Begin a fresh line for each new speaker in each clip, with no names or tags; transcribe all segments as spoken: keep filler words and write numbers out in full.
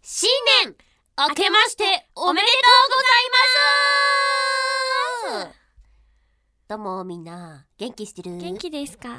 新年明けましておめでとうございます。どうもみんな元気してる？
元気ですか？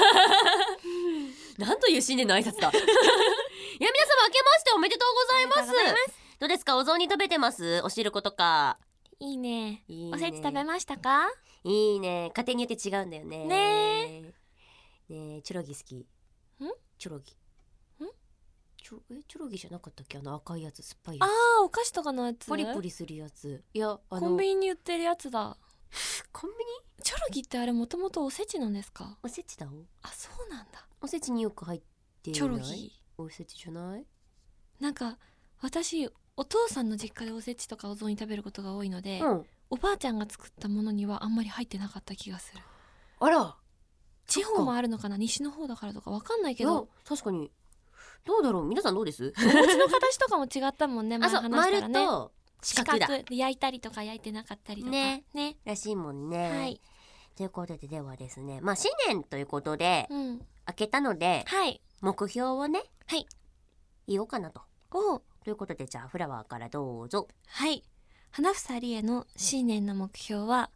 なんという新年の挨拶だ。いや皆様明けましておめでとうございます。どうですか、お雑煮食べてます？お汁粉とか。
いいね。
いいね。
おせち食べましたか？
いいね。家庭によって違うんだよね。
ね
えねえ、チョロギ好き？ん？チョロギ
ん？
ちょえチョロギじゃなかったっけ、あの赤いやつ、酸っぱいやつ。
あー、お菓子とかのやつ。
ポリポリするやつ。いや、あの
コンビニに売ってるやつだ。
コンビニ？
チョロギってあれもともとおせちなんですか？
おせちだお。
あ、そうなんだ。
おせちによく入ってない
チョロギ。
おせちじゃない？
なんか私お父さんの実家でおせちとかお雑煮食べることが多いので、
うん。
おばあちゃんが作ったものにはあんまり入ってなかった気がする。
あら、
地方もあるのかな、西の方だからとかわかんないけ
いや
ど、
確かに。どうだろう、皆さんどうです？
お餅の形とかも違ったもんね。前
あ、そう、
話したらね。
丸と四角だ
四角で焼いたりとか焼いてなかったりとか
ね
ね。
らしいもんね。
はい。
ということで、ではですね、まあ新年ということで、
うん。
明けたので
はい。
目標をね、
はい。
言おうかなと。
お。
ということで、じゃあフラワーからどうぞ。
はい。花房理恵の新年の目標は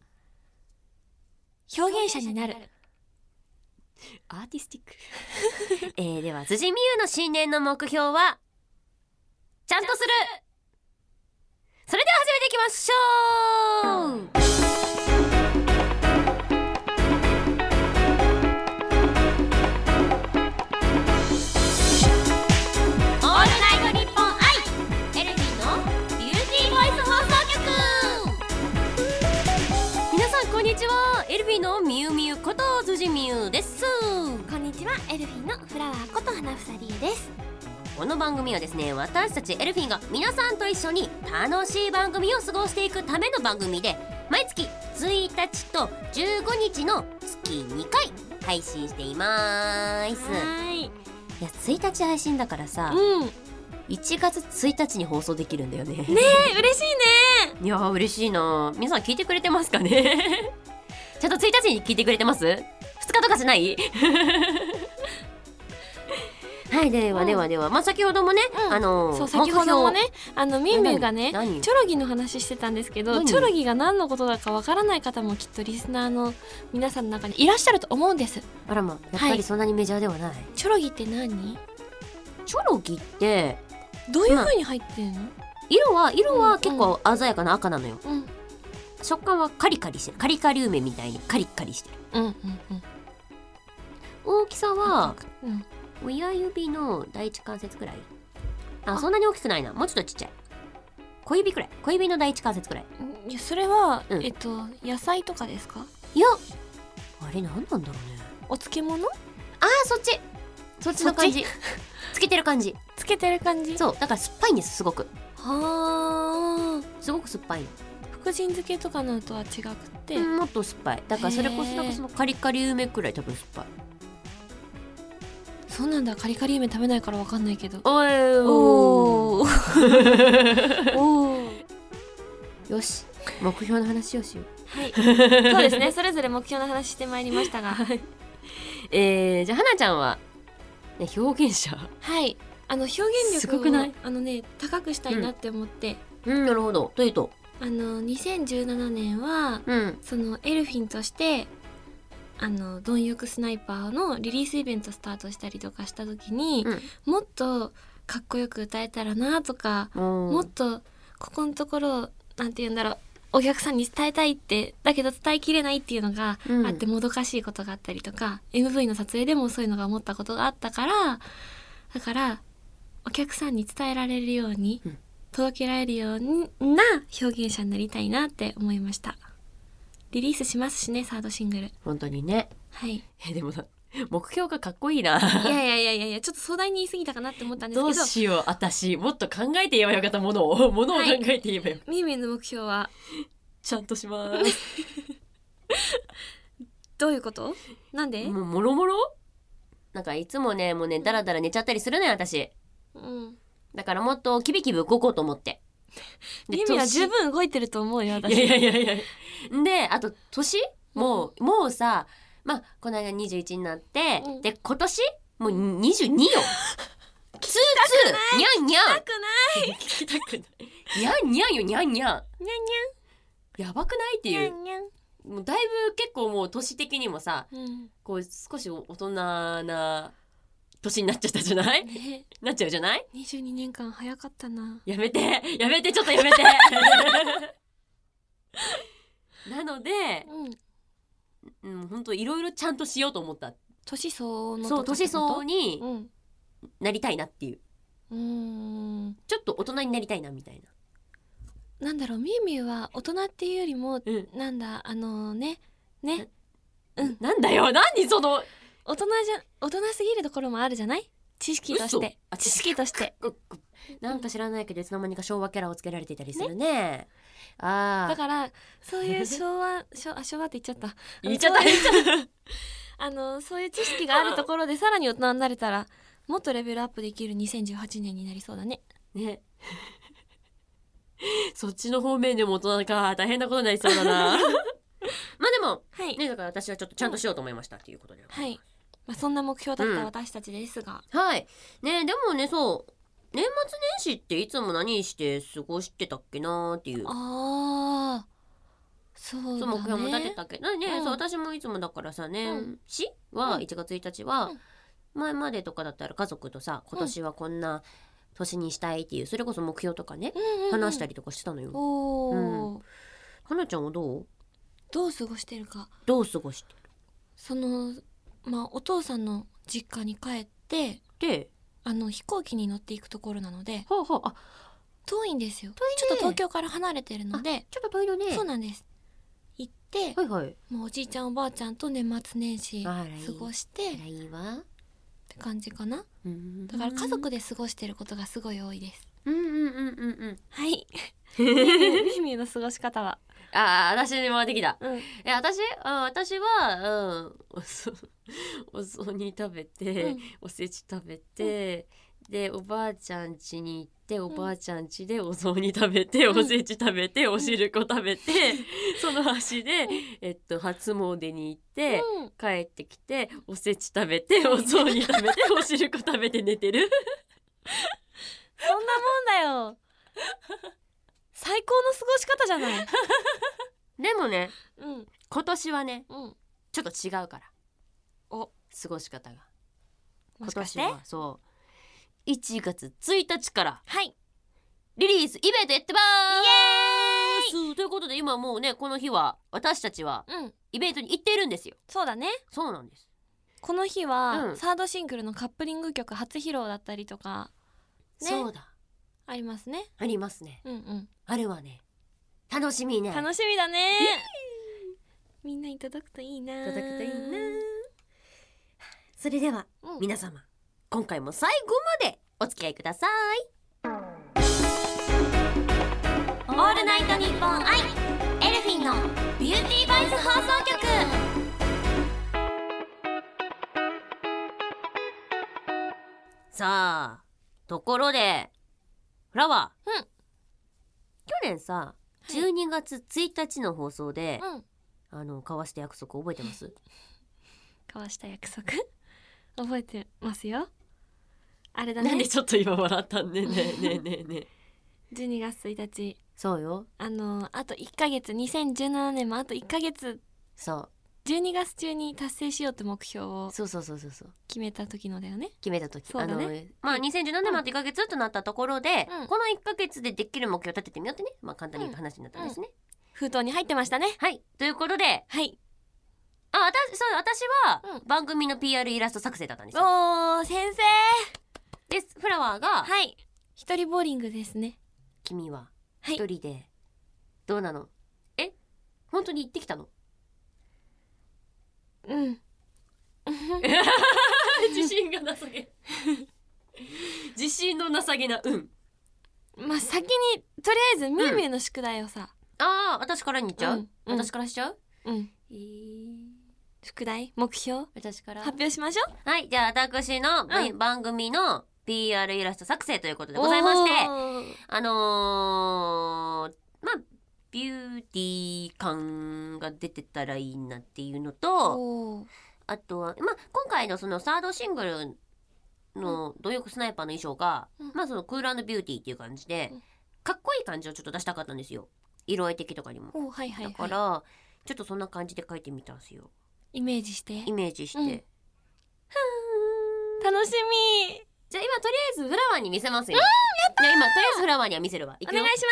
表現者になる。
アーティスティック。えー、では辻美優の新年の目標はちゃんとする。それでは始めていきましょう。オールナイトニッポン愛、エルフィーのビューティーボイス放送局。皆さんこんにちは、エルフィーのみゆみゆこと辻美優です。
こんにちは、エルフィーのフラワーこと花房理恵です。
この番組はですね、私たちエルフィンが皆さんと一緒に楽しい番組を過ごしていくための番組で、毎月ついたちとじゅうごにちの月にかい配信しています。
はい。
いや、ついたち配信だからさ、
うん。
いちがつついたちに放送できるんだよね。
ねえ、嬉しいね。
いやー嬉しいな。皆さん聞いてくれてますかね？ちゃんとついたちに聞いてくれてます？ふつかとかじゃない？はい、ではではでは、まあ先ほどもね、
うん、
あの
そう先ほどもね、あのみんみんがねチ
何
ョロギの話してたんですけど、チョロギが何のことだかわからない方もきっとリスナーの皆さんの中にいらっしゃると思うんです。
あらま、やっぱりそんなにメジャーではない。はい、
チョロギって何？
チョロギって
どういう風に入ってんの？まあ、
色は色は結構鮮やかな赤なのよ。
うん、
食感はカリカリしてる。カリカリ梅みたいにカリカリしてる。
うんうんうん。
大きさは、
うん、
親指の第一関節くらい。あ、そんなに大きくないな。もうちょっとちっちゃい。小指くらい。小指の第一関節くらい。
いや、それは、
うん、
えっと野菜とかですか？
いや、あれなんなんだろうね。
お漬物？
あー、そっちそっちの感じ。つけてる感じ。
つけてる感じ。
そう、だから酸っぱいんです、すごく。
はあ。
すごく酸っぱいの。
福神漬けとかのとは違くて、
うん、もっと酸っぱい。だからそれこそなんかそのカリカリ梅くらい多分酸っぱい。
そうなんだ。カリカリ梅食べないからわかんないけど。
おい
おーおー
よし、目標の話をしよう。
はい、そうですね。それぞれ目標の話してまいりましたが、はい、
えー、じゃあ花ちゃんは、ね、表現者。
はい、あの表現
すご
力を
くない？
あのね高くしたいなって思って、
うん、うん、なるほど。というと、
あのにせんじゅうななねんは、
うん、
そのエルフィンとしてあの貪欲スナイパーのリリースイベントスタートしたりとかした時に、うん、もっとかっこよく歌えたらなとか、もっとここのところなんて言うんだろう、お客さんに伝えたいってだけど伝えきれないっていうのがあって、もどかしいことがあったりとか、うん、エムブイ の撮影でもそういうのが思ったことがあったから、だからお客さんに伝えられるように、うん、届けられるような表現者になりたいなって思いました。リリースしますしね、サードシングル。
本当にね。
はい。
え、でもさ、目標がかっこいいな。
いやいやいやいやいや、ちょっと壮大に言い過ぎたかなって思ったんですけど。
どうしよう、私もっと考えて言えばよかった。ものをものを考えて言えばよ。
みゆみゆの目標は
ちゃんとします
どういうこと？なんで？
もうもろもろなんかいつもね、もうね、だらだら寝ちゃったりするのよ私。うん。だからもっとキビキビ動こうと思って。
みゆみゆは十分動いてると思うよ私。
いやいやいやいや。で、あと年もう、うん、もうさ、まあこの間にじゅういちになって、うん、で今年もうにじゅうによ。 ツーツーにゃんにゃん
聞きたくない
聞きたくないにゃんにゃんよにゃんにゃん
に
やばくないって
ゃんにゃ
いう
んにゃん、
もうだいぶ結構もう年的にもさ
うん
こう少し大人な年になっちゃったじゃない
ね、
なっちゃうじゃない
にじゅうにねんかん早かったな。
やめてやめてちょっとやめてなので、
うん
うん、ほんといろいろちゃんとしようと思った。
年相応の
そう年相応に
うん
なりたいなっていう、
うーん、
ちょっと大人になりたいなみたいな。
なんだろう、みゆみゆは大人っていうよりも、
うん
なんだあのねねうん
なんだよ何その
大人じゃ大人すぎるところもあるじゃない、知識として
嘘あ
知識として
なんか知らないけどいつの間にか昭和キャラをつけられていたりするね。ああ
だからそういう昭和昭あ昭和って言っちゃった
言っちゃった
そういう
言っちゃっ
あのそういう知識があるところでさらに大人になれたらもっとレベルアップできるにせんじゅうはちねんになりそうだね。
たねそっちの方面でも大人か大変なことになりそうだなまあでも
はい、
ねだから私はちょっとちゃんとしようと思いましたっていうことで、
はい、まあ、そんな目標だった私たちですが、
はいねでもねそう年末年始っていつも何して過ごしてたっけなーっていう
ああそうだね、
そう目標も立てたけどね、
うん
そう私もいつもだからさ年
うん
始はいちがつついたちは、
うん
前までとかだったら家族とさ今年はこんな年にしたいっていうそれこそ目標とかね、
うんうんうん、
話したりとかしてたのよ。
おお、
うんはなちゃんはどう
どう過ごしてるか、
どう過ごして
そのまあお父さんの実家に帰って
で
あの飛行機に乗っていくところなので
はあはああ
遠いんですよ。
遠いね
ちょっと東京から離れてるので、
ちょっと遠いのね。
そうなんです。行って、
はいはい
もうおじいちゃんおばあちゃんと年末年始
あらいい
過ごしてっ
あらいいわ。
て感じかな。
うん
だから家族で過ごしてることがすごい多いです。
うんうんうんうんうん
はいみゆみゆの過ごし方は、
ああ私に回ってきた。
うん、
え私あ私はうんおそお雑煮食べて、
うん
おせち食べて、でおばあちゃん家に行っておばあちゃん家でお雑煮食べて、
うん
おせち食べて、おしるこ食べて、その足で、えっと初詣に行って、
うん
帰ってきておせち食べてお雑煮食べておしるこ食べて寝てる
そんなもんだよ最高の過ごし方じゃない。
でもね
うん
今年はね
うん
ちょっと違うから
お
過ごし方が
もしかして
今年はそういちがつついたちから
はい
リリースイベントやってまーす
イエーイ
ということで今もうねこの日は私たちは
うん
イベントに行っているんですよ。
そうだね。
そうなんです。
この日は、
うん
サードシングルのカップリング曲初披露だったりとかね
そうだ
ありますね。
ありますね。
うんうん
あれはね楽しみね。
楽しみだね。みんなに届くといいな。
いただくといいな。それでは、
うん
皆様今回も最後までお付き合いください。
オールナイトニッポンアイエルフィンのビューティーバイス放送局。
さあところでフラワー、
うん
去年さじゅうにがつついたちの放送で、
うん
あの交わした約束覚えてます？
交わした約束覚えてますよ。あれだね。
なんでちょっと今笑ったんねねえねえねえねえ
じゅうにがつついたち
そうよ
あのあといっかげつにせんじゅうななねんもあといっかげつ
そう
じゅうにがつ中に達成しようって目標を
そうそうそうそうそう
決めた時のだよね。
決めた時、
そうだね
あのまあにせんじゅうななねんもあといっかげつとなったところで、
うん
このいっかげつでできる目標を立ててみようってね、まあ簡単に言うと話になったんですね、
封筒に入ってましたね。
はいということで
はい。
あ私そう私は
うん
番組の ピーアール イラスト作成だったんですよ。
おー先生。
でフラワーが、
はい。一人ボーリングですね。
君は
はい
一人でどうなの？え本当に行ってきたの？
うん。
自信がなさげ自信のなさげなうん
まあ先にとりあえずみゆみゆの宿題をさ、
ああ私からに言っちゃう、
うんうん
私からしちゃう、
うん、
えー、
宿題目標
私から
発表しましょう。
はいじゃあ私の、
うん
番組の ピーアール イラスト作成ということでございまして
おー
あのー、まあビューティー感が出てたらいいなっていうのと
おー
あとは、まあ、今回のそのサードシングルの貪欲スナイパーの衣装が、
うん、
まあそのクール&ビューティーっていう感じで、うん、かっこいい感じをちょっと出したかったんですよ、色合い的とかにも。
お、はいはいはい、
だからちょっとそんな感じで描いてみたんですよ。
イメージして
イメージして、うん、
楽しみ。
じゃあ今とりあえずフラワーに見せますよ。
うん、やったー。
今とりあえずフラワーには見せるわ。いくよ。
お願いします、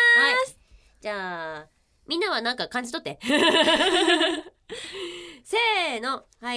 はい、じゃあみんなはなんか感じ取ってせーの、はい。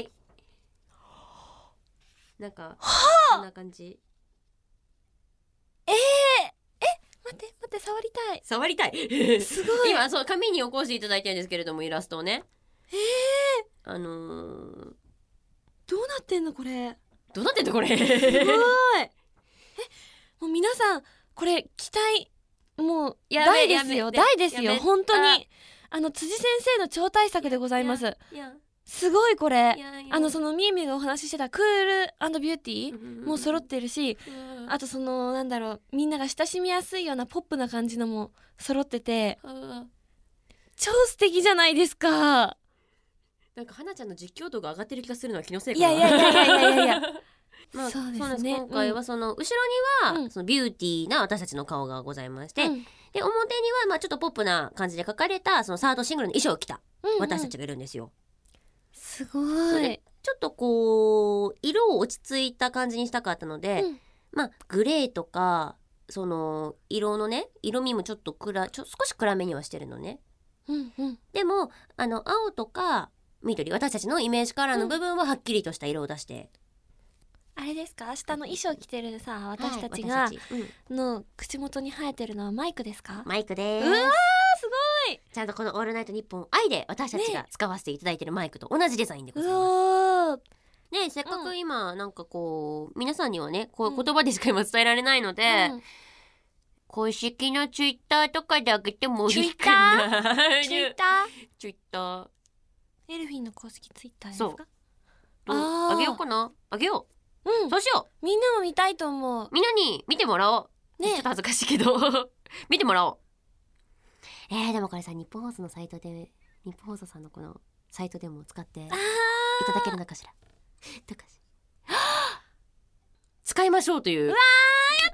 なんかこんな感じ。
えー、え待って待って、触りたい
触りたい
すごい
今そう紙に起こしていただいてるんですけれども、イラストをね。
えー、
あのー、
どうなってんのこれ。
どうなってんのこれすごい
え、もう皆さんこれ期待、もう大ですよ、大ですよ、本当に。あの辻先生の超大作でございます。すごいこれ。あのそのみゆみゆがお話ししてたクール&ビューティーも揃ってるし、あとそのなんだろう、みんなが親しみやすいようなポップな感じのも揃ってて、超素敵じゃないですか。
なんか花ちゃんの実況度が上がってる気がするのは気のせいかな。
いやいやいやいやいやいやいや
まあ、そうですね。今回はその後ろには、うん、そのビューティーな私たちの顔がございまして、うん、で表にはまあちょっとポップな感じで描かれたそのサードシングルの衣装を着た私たちがいるんですよ。
うんうん、すごい。
ちょっとこう色を落ち着いた感じにしたかったので、うん、まあグレーとかその色のね色味もちょっと暗ちょ少し暗めにはしてるのね。
うんうん、
でもあの青とか緑、私たちのイメージカラーの部分ははっきりとした色を出して。
あれですか、明日の衣装着てるさ私たちが、はい、うん、の口元に生えてるのはマイクですか？
マイクです。
うわーすごい。
ちゃんとこのオールナイトニッポン愛で私たちが使わせていただいてるマイクと同じデザインでございます。ね、せっかく今なんかこう皆さんにはねこう言葉でしか今伝えられないので、うん、公式のツイッターとかであげてもいいかな。
ツイッター
ツイッター
エルフィンの公式ツイッターですか？
ああげようかな、あげよう。うん、そうしよ
う。みんなも見たいと思う。
みんなに見てもらおう。ね、ちょっと恥ずかしいけど見てもらおう。えー、でもこれさ日本放送のサイトで日本放送さんのこのサイトでも使っていただけるのかしら。どうかしら使いましょうという。うわー、やったー、ありがとうございます。ありがとうござい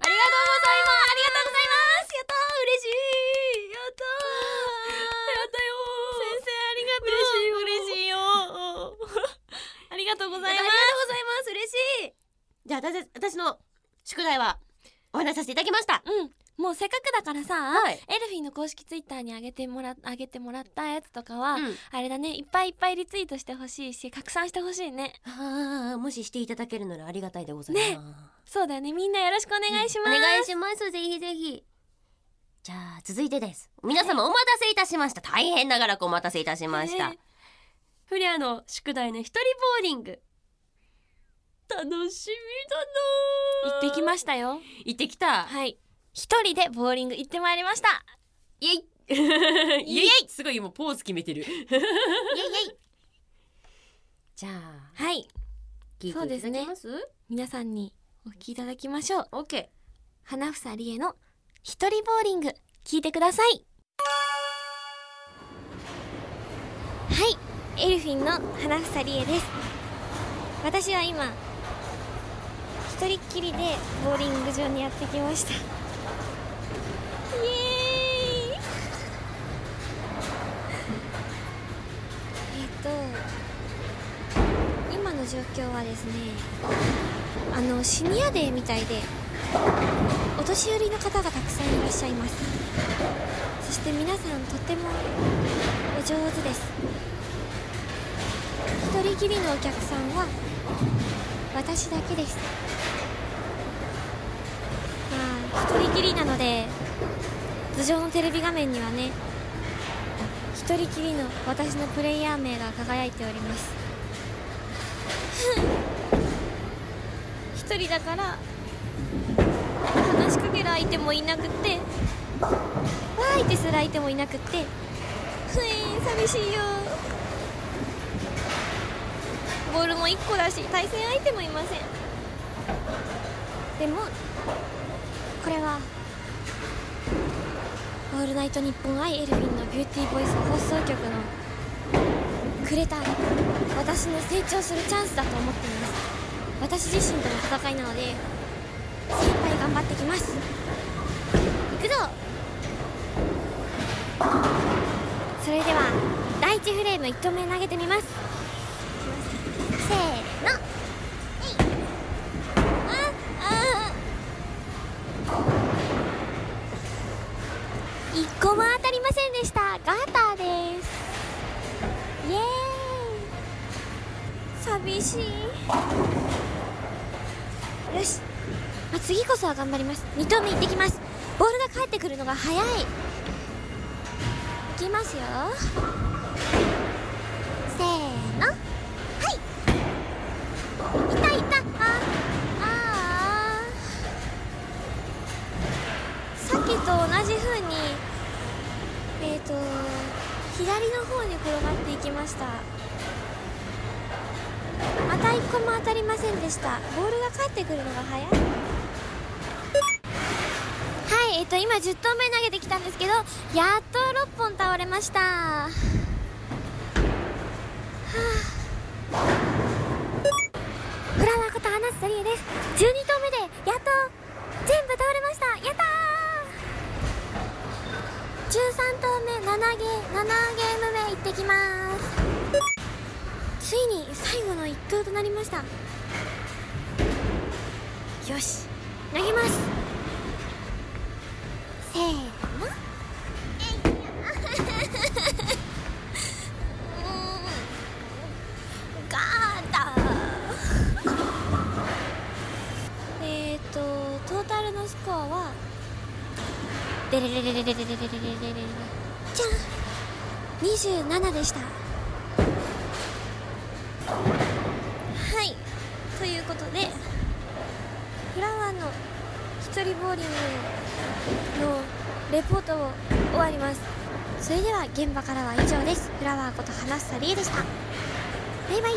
ます。やったー、嬉しい。やったー、やったよー。先生ありがとう。嬉しいよありがとうございます。ありがとうございます。嬉しい。じゃあ私、私の宿題はお話しさせていただきました。
うん。もうせっかくだからさ、はい、エルフィンの公式ツイッターに上げてもら上げてもらったやつとかは、うん、あれだね、いっぱいいっぱいリツイートしてほしいし拡散してほしいね。
ああ、もししていただけるならありがたいでございます。ね、
そうだよね。みんなよろしくお願いします。
うん、お願いします。ぜひぜひ。じゃあ続いてです。皆様お待たせいたしました。大変長らくお待たせいたしました。えー、フレアの宿題の一人ボーリング。楽しみだな。
行ってきましたよ。
行ってきた。
はい。一人でボーリング行ってまいりました。
イエイイエイイエイ。すごいもうポーズ決めてるイエイイエイ。じゃあ
はい、
聞いていただけます？
そうですね、皆さんにお聞きいただきましょう。
OK。
花房理恵の一人ボーリング聞いてください。はい、エルフィンの花房理恵です。私は今一人っきりでボーリング場にやってきました。イエーイ。えっと今の状況はですね、あのシニアデーみたいでお年寄りの方がたくさんいらっしゃいます。そして皆さんとってもお上手です。一人きりのお客さんは私だけです。まあ一人きりなので頭上のテレビ画面にはね、一人きりの私のプレイヤー名が輝いております。一人だから話しかける相手もいなくって、わーいってする相手もいなくって、ふえー寂しいよ。ボールもいっこだし対戦相手もいません。でもこれはオールナイトニッポンアイエルフィンのビューティーボイス放送局のくれた私の成長するチャンスだと思っています。私自身との戦いなので頑張ってきます。いくぞ。それではだいいちフレームいっ投目投げてみます。せーの。いっこも当たりませんでした。ガーターです。イエーイ。寂しい。よし、まあ、次こそは頑張ります。に投目いってきます。ボールが返ってくるのが早い。いきますよ。せーの。はい、いたいた。ああー、さっきと同じ風にえーと左の方に転がっていきました。またいっこも当たりませんでした。ボールが返ってくるのが早い。はい、えっと今じゅう投目投げてきたんですけど、やっとろっぽん倒れました。はあ、フラワーこと花瀬りえです。じゅうに投目でやっと全部倒れました。やったー。じゅうさん投目、ななゲーななゲーム目いってきます。ついに最後のいっ投となりました。よし、投げます。せーの。ガーター。えっとトータルのスコアはデレレレレレレレレレレレレじゃんにじゅうななでした。はい、ということでフラワーの一人ボーリングのレポートを終わります。それでは現場からは以上です。フラワーこと花房理恵でした。バイバイ。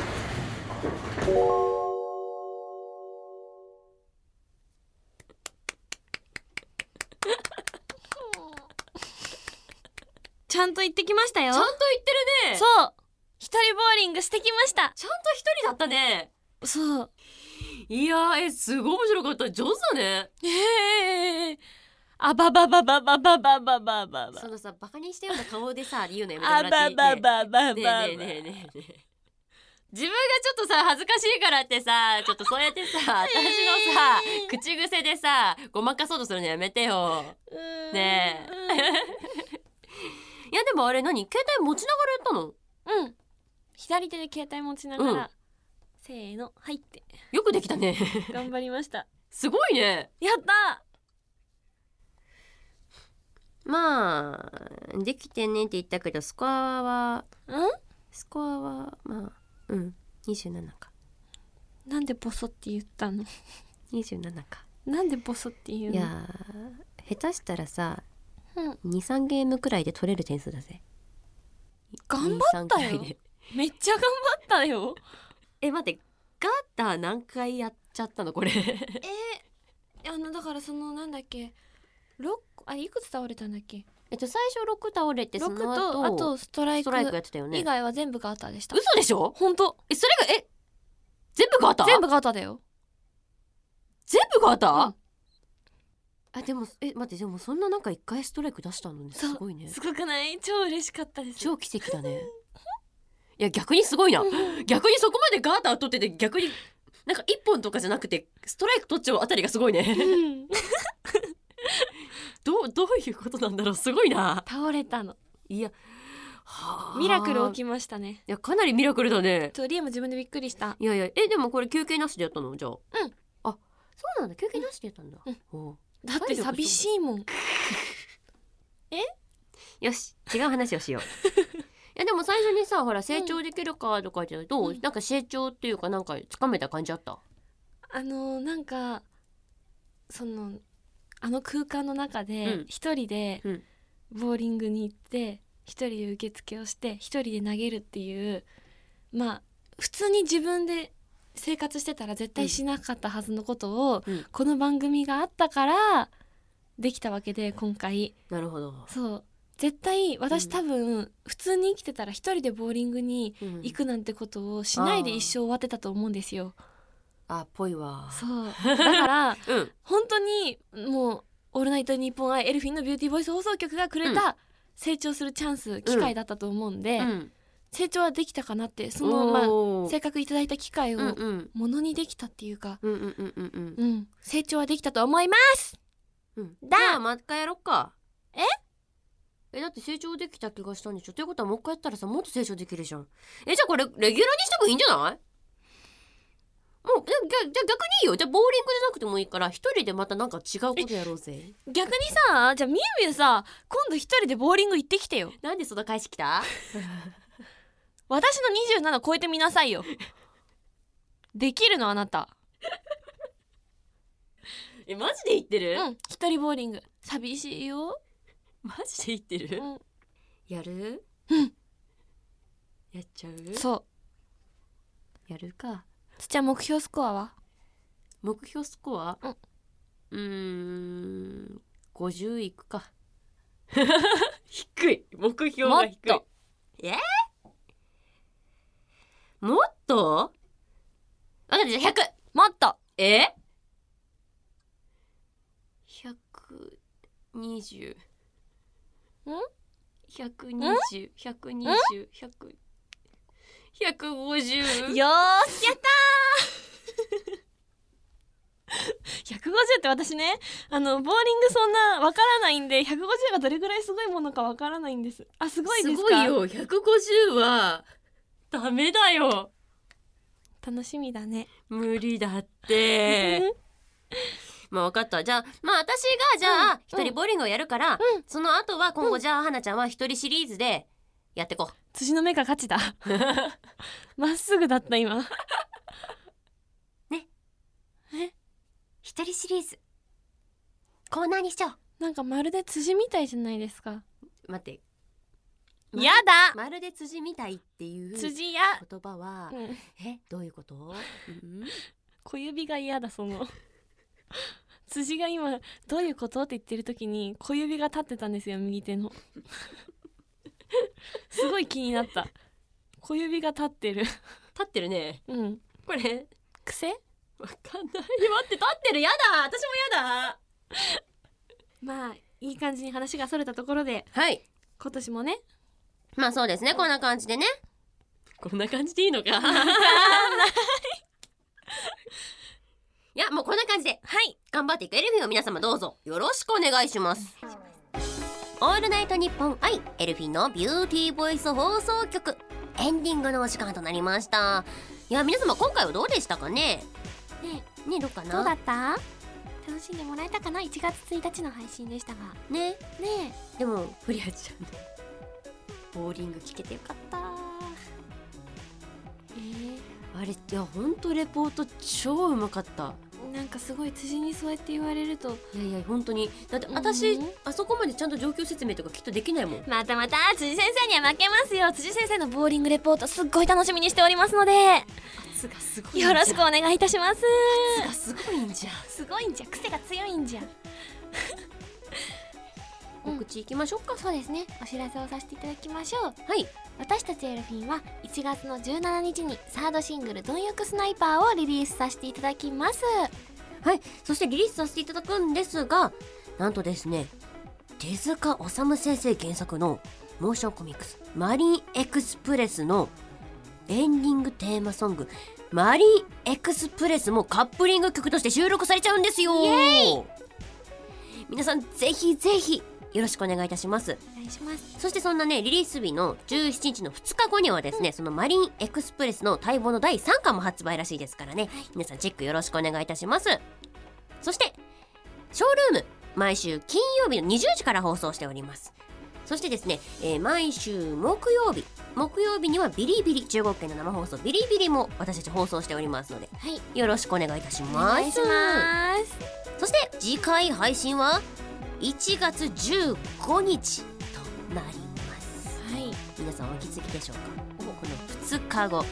ちゃんと行ってきましたよ。
ちゃんと言ってるね。
そう、一人ボーリングしてきました。
ちゃんと一人だったね。
そう、
いやー、えすごい面白かった。上手だね。
ええー、あばばばばばばばばばばば。
そのさバカにしたような顔でさ言うのやめてもらっていい？
あばばばばばば。
ねえねえねえねえねえ。自分がちょっとさ恥ずかしいからってさちょっとそうやってさ私のさ口癖でさごまかそうとするのやめてよ。ねえ。いやでもあれ何携帯持ちながらやったの？
うん、左手で携帯持ちながら、うん、せーの入って
よくできたね。
頑張りました。
すごいね。
やった。
まあできてねって言ったけどスコアは
ん
スコアはまあうんにじゅうななか。
なんでボソって言ったの？
にじゅうななか。
なんでボソって言うの？
いや下手したらさ、
うん、
にさんゲームくらいで取れる点数だぜ。
頑張ったよ。めっちゃ頑張ったよ。
え待って、ガーター何回やっちゃったのこれ？
えー、あのだからそのなんだっけろっこ、あれいくつ倒れたんだっけ？
えっと最初ろく倒れて、その後
とあとストライク
ストライクやってたよね。
以外は全部ガーターでした。
嘘でしょ？
本当。
えそれがえ全部ガーター？
全部ガーターだよ。
全部ガーター？うん、
あ
でもえ待って、でもそんななんか一回ストライク出したのね。すごいね。
すごくない？超嬉しかったです。
超奇跡だね。いや逆にすごいな。逆にそこまでガーター取ってて、逆になんか一本とかじゃなくてストライク取っちゃうあたりがすごいね。うんどうどういうことなんだろう。すごいな。
倒れたの。
いやは
ミラクル起きましたね。
いやかなりミラクルだね。
とリエも自分でびっくりした。
いやいやえでもこれ休憩なしでやったの？じゃあ
うん、
あそうなんだ、休憩なしでやったんだ、
うん、
お
だって寂しいもん。え
よし違う話をしよう。いやでも最初にさほら成長できるかとか言ってどう、うん、なんか成長っていうかなんかつかめた感じあった？
あのー、なんかそのあの空間の中で一人でボーリングに行って一人で受付をして一人で投げるっていう、まあ普通に自分で生活してたら絶対しなかったはずのことを、うん、この番組があったからできたわけで今回。
なるほど。
そう絶対私多分、うん、普通に生きてたら一人でボーリングに行くなんてことをしないで一生終わってたと思うんですよ。
あ、ぽいわ。
そうだから、
うん、
本当にもうオールナイトニッポンアイエルフィンのビューティーボイス放送局がくれた成長するチャンス、うん、機会だったと思うんで、うん、成長はできたかなって、その、まあ、せっかくいただいた機会をものにできたっていうか、成長はできたと思います、
うん、だじゃあもう一回やろっか。ええだって成長できた気がしたんでしょ。ということはもう一回やったらさ、もっと成長できるじゃん。えじゃあこれレギュラーにしてもいいんじゃない？もうじゃじゃ逆にいいよ。じゃあボーリングじゃなくてもいいから一人でまたなんか違うことやろうぜ。
逆にさ、じゃあみゆみゆさ、今度一人でボーリング行ってきてよ。
なんでそんな返しきた？
私のにじゅうなな超えてみなさいよ。できるのあなた。
えマジで言ってる？
うん、一人ボーリング寂しいよ。
マジで言ってる？うん、やる？
うん。
やっちゃう？
そう。
やるか。
つちゃん目標スコアは？
目標スコア？うん。うーん。ごじゅういくか。低い。目標が低い。もっと。えー？もっと？分かった、じゃあひゃく。
もっと。
え？ひゃくにじゅう。ん？ひゃくにじゅう、ひゃくにじゅう、ひゃく、ひゃくごじゅう。よーし、
やったーひゃくごじゅうって私ね、あのボーリングそんなわからないんで、ひゃくごじゅうがどれぐらいすごいものかわからないんです。あ、すごいですか？
すごいよ。ひゃくごじゅうはダメだよ。
楽しみだね。
無理だってまあ分かった。じゃあまあ私がじゃあ一、うん、人ボーリングをやるから、うん、その後は今後、うん、じゃあ花ちゃんは一人シリーズでやってこう。
辻の目が勝ちだまっすぐだった今
ねえ一人シリーズコーナーにしちゃおう。
なんかまるで辻みたいじゃないですか。
待って、
ま、やだ。
まるで辻みたいっていう
辻や
言葉は、うん、えどういうこと？うん、
小指が嫌だ。その辻が今どういうことって言ってる時に小指が立ってたんですよ、右手のすごい気になった。小指が立ってる
立ってるね。
うん。
これ
癖？
わかんない。待って立ってる。やだ。私もやだ
まあいい感じに話がそれたところで、
はい、
今年もね、
まあそうですね、こんな感じでね。こんな感じでいいのかいやもうこんな感じで、はい、頑張っていくエルフィンを皆様どうぞよろしくお願いします。オールナイトニッポンアイエルフィンのビューティーボイス放送局エンディングのお時間となりました。いや皆様今回はどうでしたかね。ねえねえどうかな。
どうだった？楽しんでもらえたかな。いちがつついたちの配信でしたが
ね。
ね
えでもフリアちゃんのボーリング聞けてよかった。えー、あれいやほんとレポート超うまかった。
なんかすごい辻にそうやって言われると、
いやいや本当にだって私、うん、あそこまでちゃんと状況説明とかきっとできないもん。
またまた辻先生には負けますよ。辻先生のボーリングレポートすっごい楽しみにしておりますので、
圧がすごい
よろしくお願いいたします。
圧がすごいんじゃ
すごいんじゃ癖が強いんじゃ
告知いきましょうか、
うん、そうですね、お知らせをさせていただきましょう。
はい、
私たちエルフィンはいちがつのじゅうしちにちにサードシングル「貪欲スナイパー」をリリースさせていただきます。
はい、そしてリリースさせていただくんですが、なんとですね手塚治虫先生原作のモーションコミックスマリンエクスプレスのエンディングテーマソングマリンエクスプレスもカップリング曲として収録されちゃうんですよ。
イエーイ。
皆さんぜひぜひよろしくお願いいたします。
お願いします。
そしてそんなねリリース日のじゅうしちにちのふつかごにはですね、うん、そのマリンエクスプレスの待望のだいさんかんも発売らしいですからね、はい、皆さんチェックよろしくお願いいたします。そしてショールーム毎週金曜日のにじゅうじから放送しております。そしてですね、えー、毎週木曜日木曜日にはビリビリ中国圏の生放送ビリビリも私たち放送しておりますので、はい、よろしくお願いいたします。お願いします。そして次回配信はいちがつじゅうごにちとなります。はい、皆さんお気づきでしょうか。このふつかご、はい、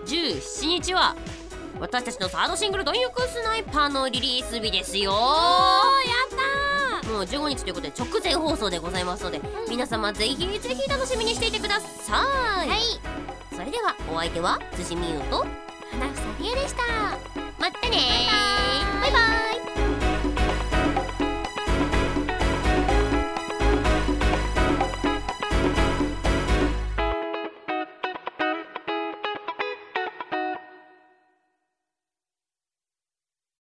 じゅうしちにちは私たちのサードシングル「貪欲スナイパー」のリリース日ですよ。おー、
やったー。
もうじゅうごにちということで直前放送でございますので、うん、皆様ぜひぜひ楽しみにしていてください。はい、それではお相手は辻美優と
花房理恵でした。
またねー。バイバイ。